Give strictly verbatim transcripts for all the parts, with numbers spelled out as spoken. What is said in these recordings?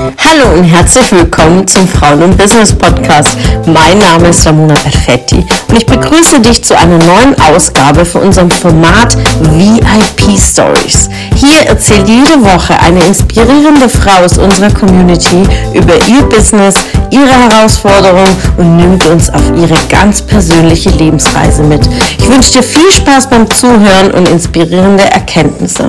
Hallo und herzlich willkommen zum Frauen und Business Podcast. Mein Name ist Ramona Perfetti und ich begrüße dich zu einer neuen Ausgabe für unserem Format V I P Stories. Hier erzählt jede Woche eine inspirierende Frau aus unserer Community über ihr Business, ihre Herausforderungen und nimmt uns auf ihre ganz persönliche Lebensreise mit. Ich wünsche dir viel Spaß beim Zuhören und inspirierende Erkenntnisse.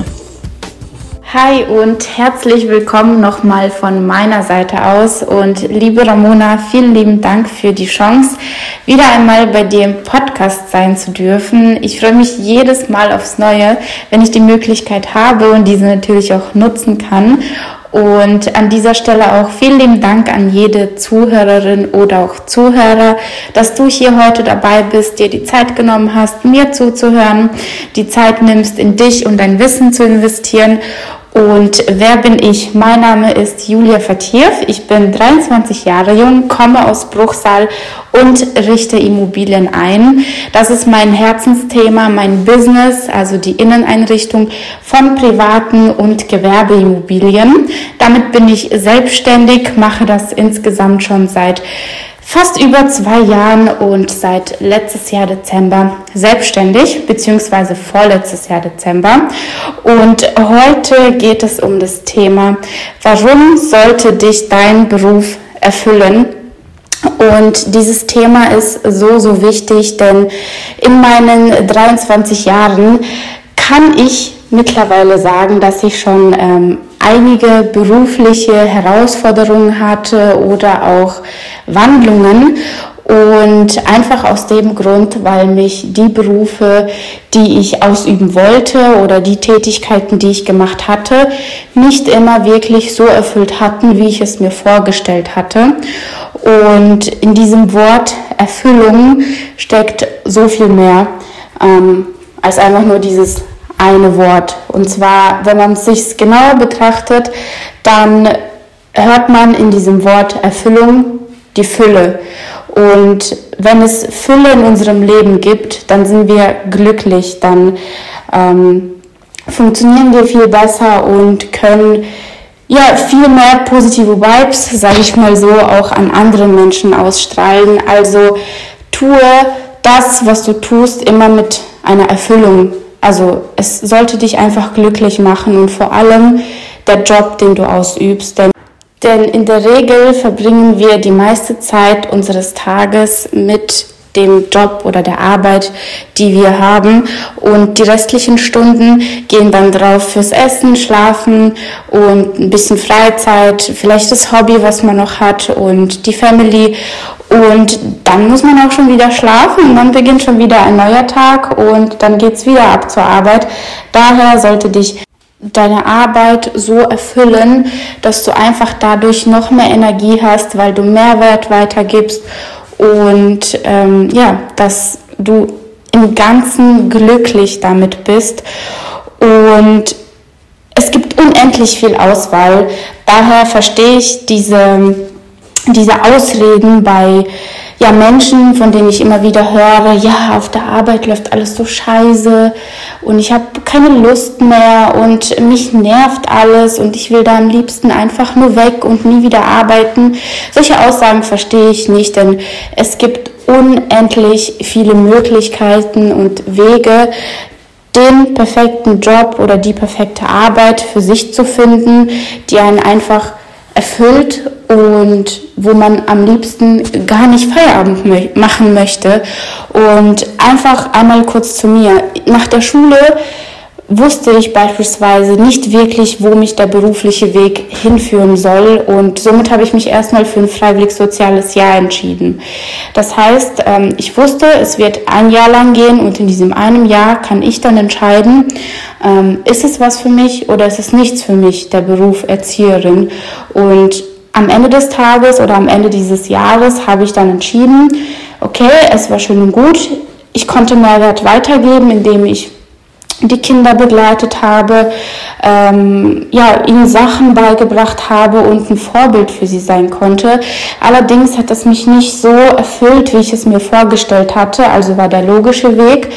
Hi und herzlich willkommen nochmal von meiner Seite aus und liebe Ramona, vielen lieben Dank für die Chance, wieder einmal bei dir im Podcast sein zu dürfen. Ich freue mich jedes Mal aufs Neue, wenn ich die Möglichkeit habe und diese natürlich auch nutzen kann. Und an dieser Stelle auch vielen lieben Dank an jede Zuhörerin oder auch Zuhörer, dass du hier heute dabei bist, dir die Zeit genommen hast, mir zuzuhören, die Zeit nimmst, in dich und dein Wissen zu investieren. Und wer bin ich? Mein Name ist Julia Fatir. Ich bin dreiundzwanzig Jahre jung, komme aus Bruchsal und richte Immobilien ein. Das ist mein Herzensthema, mein Business, also die Inneneinrichtung von privaten und Gewerbeimmobilien. Damit bin ich selbstständig, mache das insgesamt schon seit fast über zwei Jahren und seit letztes Jahr Dezember selbstständig, beziehungsweise vorletztes Jahr Dezember. Und heute geht es um das Thema, warum sollte dich dein Beruf erfüllen? Und dieses Thema ist so, so wichtig, denn in meinen dreiundzwanzig Jahren kann ich mittlerweile sagen, dass ich schon ähm, einige berufliche Herausforderungen hatte oder auch Wandlungen und einfach aus dem Grund, weil mich die Berufe, die ich ausüben wollte oder die Tätigkeiten, die ich gemacht hatte, nicht immer wirklich so erfüllt hatten, wie ich es mir vorgestellt hatte. Und in diesem Wort Erfüllung steckt so viel mehr ähm, als einfach nur dieses eine Wort. Und zwar, wenn man es sich genauer betrachtet, dann hört man in diesem Wort Erfüllung die Fülle. Und wenn es Fülle in unserem Leben gibt, dann sind wir glücklich, dann ähm, funktionieren wir viel besser und können ja viel mehr positive Vibes, sage ich mal so, auch an andere Menschen ausstrahlen. Also tue das, was du tust, immer mit einer Erfüllung. Also es sollte dich einfach glücklich machen und vor allem der Job, den du ausübst. Denn, denn in der Regel verbringen wir die meiste Zeit unseres Tages mit dem Job oder der Arbeit, die wir haben. Und die restlichen Stunden gehen dann drauf fürs Essen, Schlafen und ein bisschen Freizeit, vielleicht das Hobby, was man noch hat und die Family. Und dann muss man auch schon wieder schlafen und dann beginnt schon wieder ein neuer Tag und dann geht's wieder ab zur Arbeit. Daher sollte dich deine Arbeit so erfüllen, dass du einfach dadurch noch mehr Energie hast, weil du Mehrwert weitergibst und ähm, ja, dass du im Ganzen glücklich damit bist. Und es gibt unendlich viel Auswahl. Daher verstehe ich diese diese Ausreden bei ja, Menschen, von denen ich immer wieder höre, ja, auf der Arbeit läuft alles so scheiße und ich habe keine Lust mehr und mich nervt alles und ich will da am liebsten einfach nur weg und nie wieder arbeiten. Solche Aussagen verstehe ich nicht, denn es gibt unendlich viele Möglichkeiten und Wege, den perfekten Job oder die perfekte Arbeit für sich zu finden, die einen einfach erfüllt und wo man am liebsten gar nicht Feierabend mö- machen möchte. Und einfach einmal kurz zu mir. Nach der Schule wusste ich beispielsweise nicht wirklich, wo mich der berufliche Weg hinführen soll und somit habe ich mich erstmal für ein freiwillig soziales Jahr entschieden. Das heißt, ich wusste, es wird ein Jahr lang gehen und in diesem einen Jahr kann ich dann entscheiden, ist es was für mich oder ist es nichts für mich, der Beruf Erzieherin. Und am Ende des Tages oder am Ende dieses Jahres habe ich dann entschieden, okay, es war schön und gut, ich konnte Mehrwert weitergeben, indem ich die Kinder begleitet habe, ähm, ja, ihnen Sachen beigebracht habe und ein Vorbild für sie sein konnte. Allerdings hat es mich nicht so erfüllt, wie ich es mir vorgestellt hatte. Also war der logische Weg,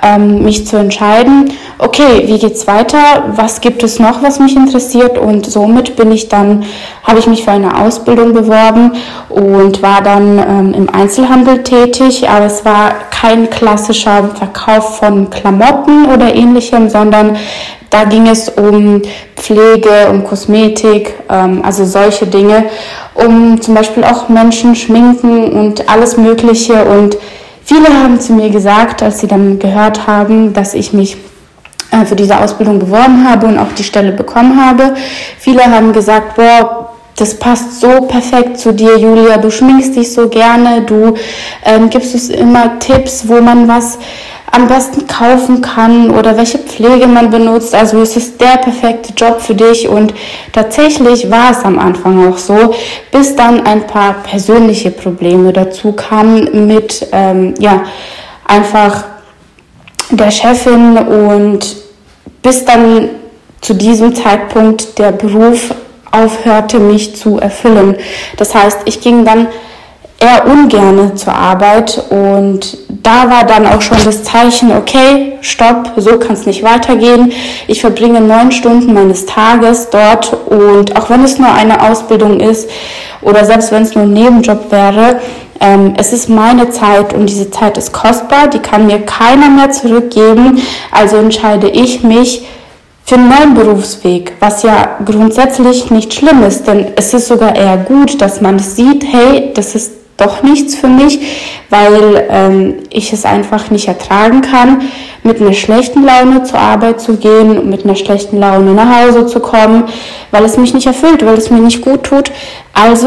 ähm, mich zu entscheiden, okay, wie geht's weiter, was gibt es noch, was mich interessiert, und somit bin ich dann, habe ich mich für eine Ausbildung beworben und war dann ähm, im Einzelhandel tätig, aber es war kein klassischer Verkauf von Klamotten oder ähnlichem, sondern da ging es um Pflege, um Kosmetik, ähm, also solche Dinge, um zum Beispiel auch Menschen schminken und alles Mögliche. Und viele haben zu mir gesagt, als sie dann gehört haben, dass ich mich äh, für diese Ausbildung beworben habe und auch die Stelle bekommen habe, viele haben gesagt, boah, das passt so perfekt zu dir, Julia, du schminkst dich so gerne, du ähm, gibst uns immer Tipps, wo man was am besten kaufen kann oder welche Pflege man benutzt. Also es ist der perfekte Job für dich, und tatsächlich war es am Anfang auch so, bis dann ein paar persönliche Probleme dazu kamen mit ähm, ja, einfach der Chefin, und bis dann zu diesem Zeitpunkt der Beruf aufhörte, mich zu erfüllen. Das heißt, ich ging dann eher ungerne zur Arbeit, und da war dann auch schon das Zeichen, okay, stopp, so kann es nicht weitergehen. Ich verbringe neun Stunden meines Tages dort, und auch wenn es nur eine Ausbildung ist oder selbst wenn es nur ein Nebenjob wäre, ähm, es ist meine Zeit, und diese Zeit ist kostbar, die kann mir keiner mehr zurückgeben, also entscheide ich mich für einen neuen Berufsweg, was ja grundsätzlich nicht schlimm ist, denn es ist sogar eher gut, dass man sieht, hey, das ist doch nichts für mich, weil ähm, ich es einfach nicht ertragen kann, mit einer schlechten Laune zur Arbeit zu gehen, mit einer schlechten Laune nach Hause zu kommen, weil es mich nicht erfüllt, weil es mir nicht gut tut. Also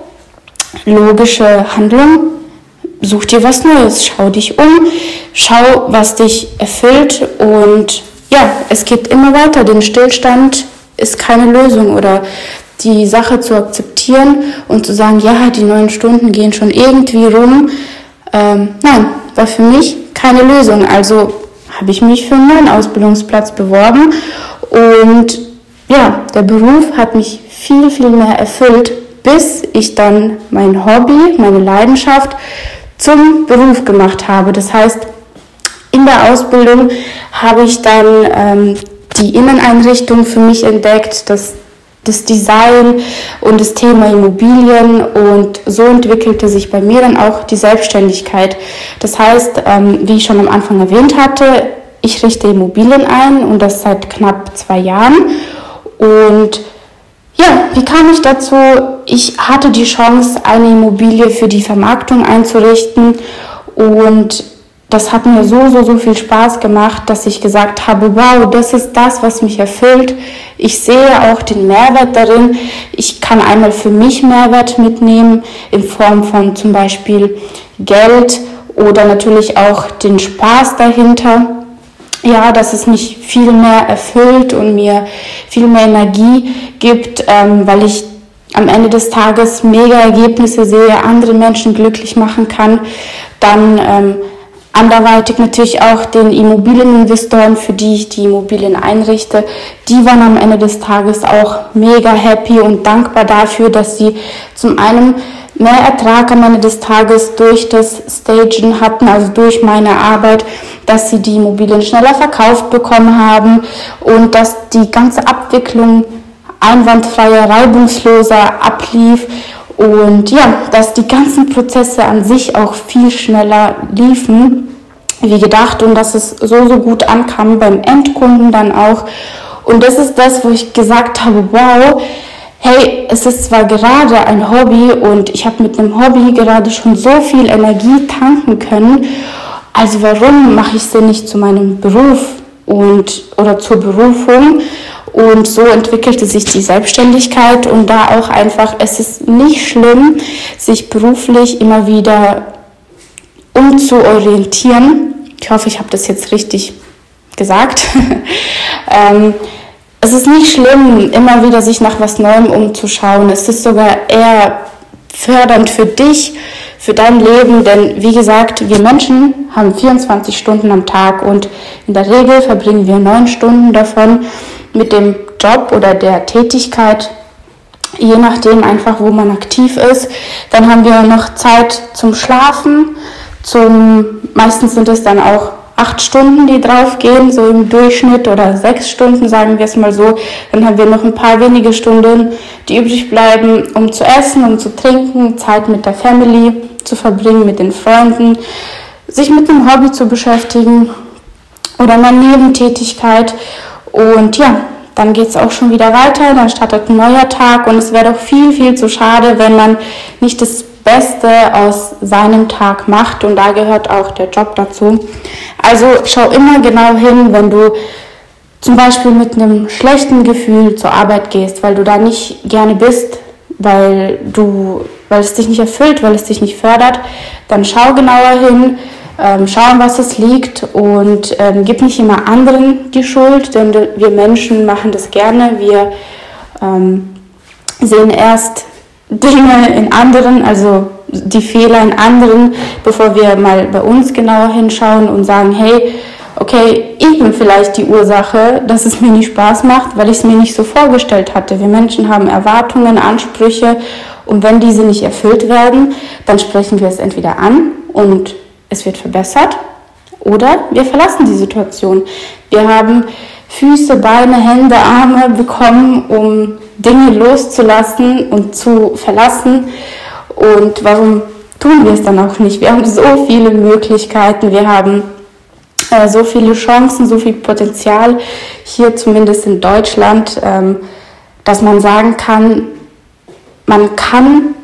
logische Handlung, such dir was Neues, schau dich um, schau, was dich erfüllt, und ja, es geht immer weiter. Den Stillstand ist keine Lösung, oder die Sache zu akzeptieren und zu sagen, ja, die neun Stunden gehen schon irgendwie rum. Ähm, nein, war für mich keine Lösung. Also habe ich mich für einen neuen Ausbildungsplatz beworben, und ja, der Beruf hat mich viel, viel mehr erfüllt, bis ich dann mein Hobby, meine Leidenschaft zum Beruf gemacht habe. Das heißt, in der Ausbildung habe ich dann ähm, die Inneneinrichtung für mich entdeckt, das das Design und das Thema Immobilien, und so entwickelte sich bei mir dann auch die Selbstständigkeit. Das heißt, ähm, wie ich schon am Anfang erwähnt hatte, ich richte Immobilien ein, und das seit knapp zwei Jahren. Und ja, wie kam ich dazu? Ich hatte die Chance, eine Immobilie für die Vermarktung einzurichten, und das hat mir so, so, so viel Spaß gemacht, dass ich gesagt habe, wow, das ist das, was mich erfüllt. Ich sehe auch den Mehrwert darin. Ich kann einmal für mich Mehrwert mitnehmen in Form von zum Beispiel Geld oder natürlich auch den Spaß dahinter. Ja, dass es mich viel mehr erfüllt und mir viel mehr Energie gibt, ähm, weil ich am Ende des Tages mega Ergebnisse sehe, andere Menschen glücklich machen kann. Dann ähm, anderweitig natürlich auch den Immobilieninvestoren, für die ich die Immobilien einrichte. Die waren am Ende des Tages auch mega happy und dankbar dafür, dass sie zum einen mehr Ertrag am Ende des Tages durch das Stagen hatten, also durch meine Arbeit, dass sie die Immobilien schneller verkauft bekommen haben und dass die ganze Abwicklung einwandfreier, reibungsloser ablief. Und ja, dass die ganzen Prozesse an sich auch viel schneller liefen, wie gedacht, und dass es so, so gut ankam beim Endkunden dann auch. Und das ist das, wo ich gesagt habe, wow, hey, es ist zwar gerade ein Hobby und ich habe mit einem Hobby gerade schon so viel Energie tanken können, also warum mache ich es denn nicht zu meinem Beruf und oder zur Berufung? Und so entwickelte sich die Selbstständigkeit, und da auch einfach, es ist nicht schlimm, sich beruflich immer wieder umzuorientieren. Ich hoffe, ich habe das jetzt richtig gesagt. ähm, es ist nicht schlimm, immer wieder sich nach was Neuem umzuschauen. Es ist sogar eher fördernd für dich, für dein Leben, denn wie gesagt, wir Menschen haben vierundzwanzig Stunden am Tag und in der Regel verbringen wir neun Stunden davon mit dem Job oder der Tätigkeit, je nachdem einfach, wo man aktiv ist. Dann haben wir noch Zeit zum Schlafen, zum, meistens sind es dann auch acht Stunden, die drauf gehen, so im Durchschnitt, oder sechs Stunden, sagen wir es mal so. Dann haben wir noch ein paar wenige Stunden, die übrig bleiben, um zu essen, um zu trinken, Zeit mit der Family zu verbringen, mit den Freunden, sich mit dem Hobby zu beschäftigen oder einer Nebentätigkeit. Und ja, dann geht es auch schon wieder weiter, dann startet ein neuer Tag und es wäre doch viel, viel zu schade, wenn man nicht das Beste aus seinem Tag macht, und da gehört auch der Job dazu. Also schau immer genau hin, wenn du zum Beispiel mit einem schlechten Gefühl zur Arbeit gehst, weil du da nicht gerne bist, weil du, weil es dich nicht erfüllt, weil es dich nicht fördert, dann schau genauer hin, ähm, schau, an was es liegt, und ähm, gib nicht immer anderen die Schuld, denn wir Menschen machen das gerne. Wir ähm, sehen erst Dinge in anderen, also die Fehler in anderen, bevor wir mal bei uns genauer hinschauen und sagen, hey, okay, ich bin vielleicht die Ursache, dass es mir nicht Spaß macht, weil ich es mir nicht so vorgestellt hatte. Wir Menschen haben Erwartungen, Ansprüche, und wenn diese nicht erfüllt werden, dann sprechen wir es entweder an und es wird verbessert, oder wir verlassen die Situation. Wir haben Füße, Beine, Hände, Arme bekommen, um Dinge loszulassen und zu verlassen. Und warum tun wir es dann auch nicht? Wir haben so viele Möglichkeiten, wir haben äh, so viele Chancen, so viel Potenzial hier, zumindest in Deutschland, ähm, dass man sagen kann, man kann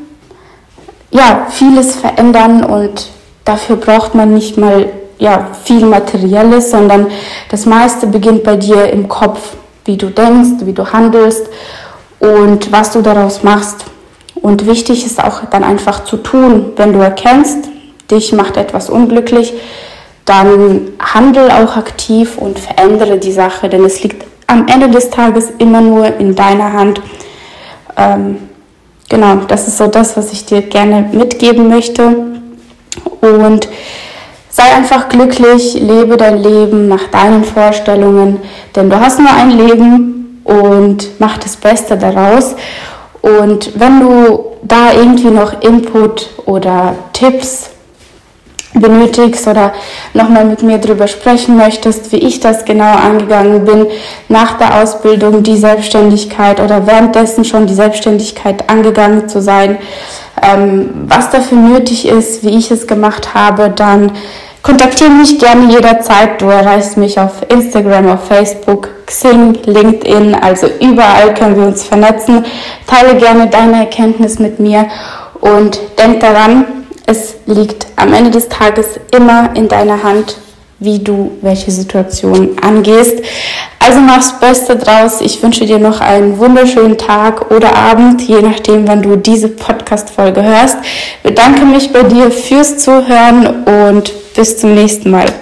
ja vieles verändern, und dafür braucht man nicht mal ja, viel Materielles, sondern das meiste beginnt bei dir im Kopf, wie du denkst, wie du handelst und was du daraus machst. Und wichtig ist auch dann einfach zu tun. Wenn du erkennst, dich macht etwas unglücklich, dann handel auch aktiv und verändere die Sache, denn es liegt am Ende des Tages immer nur in deiner Hand. Ähm, genau, das ist so das, was ich dir gerne mitgeben möchte. Und sei einfach glücklich, lebe dein Leben nach deinen Vorstellungen, denn du hast nur ein Leben, und mach das Beste daraus. Und wenn du da irgendwie noch Input oder Tipps benötigst oder nochmal mit mir drüber sprechen möchtest, wie ich das genau angegangen bin, nach der Ausbildung die Selbstständigkeit oder währenddessen schon die Selbstständigkeit angegangen zu sein, ähm, was dafür nötig ist, wie ich es gemacht habe, dann kontaktiere mich gerne jederzeit. Du erreichst mich auf Instagram, auf Facebook, Xing, LinkedIn, also überall können wir uns vernetzen. Teile gerne deine Erkenntnis mit mir und denk daran, es liegt am Ende des Tages immer in deiner Hand, wie du welche Situation angehst. Also mach's Beste draus. Ich wünsche dir noch einen wunderschönen Tag oder Abend, je nachdem, wann du diese Podcast-Folge hörst. Ich bedanke mich bei dir fürs Zuhören und bis zum nächsten Mal.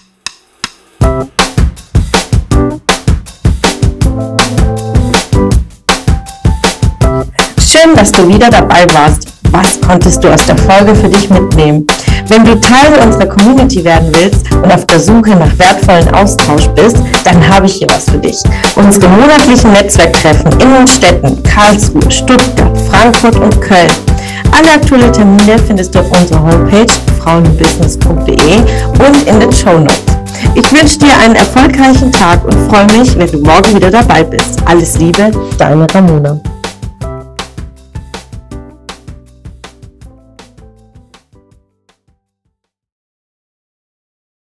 Schön, dass du wieder dabei warst. Was konntest du aus der Folge für dich mitnehmen? Wenn du Teil unserer Community werden willst und auf der Suche nach wertvollen Austausch bist, dann habe ich hier was für dich. Unsere monatlichen Netzwerktreffen in den Städten Karlsruhe, Stuttgart, Frankfurt und Köln. Alle aktuellen Termine findest du auf unserer Homepage frauenbusiness punkt de und in den Shownotes. Ich wünsche dir einen erfolgreichen Tag und freue mich, wenn du morgen wieder dabei bist. Alles Liebe, deine Ramona.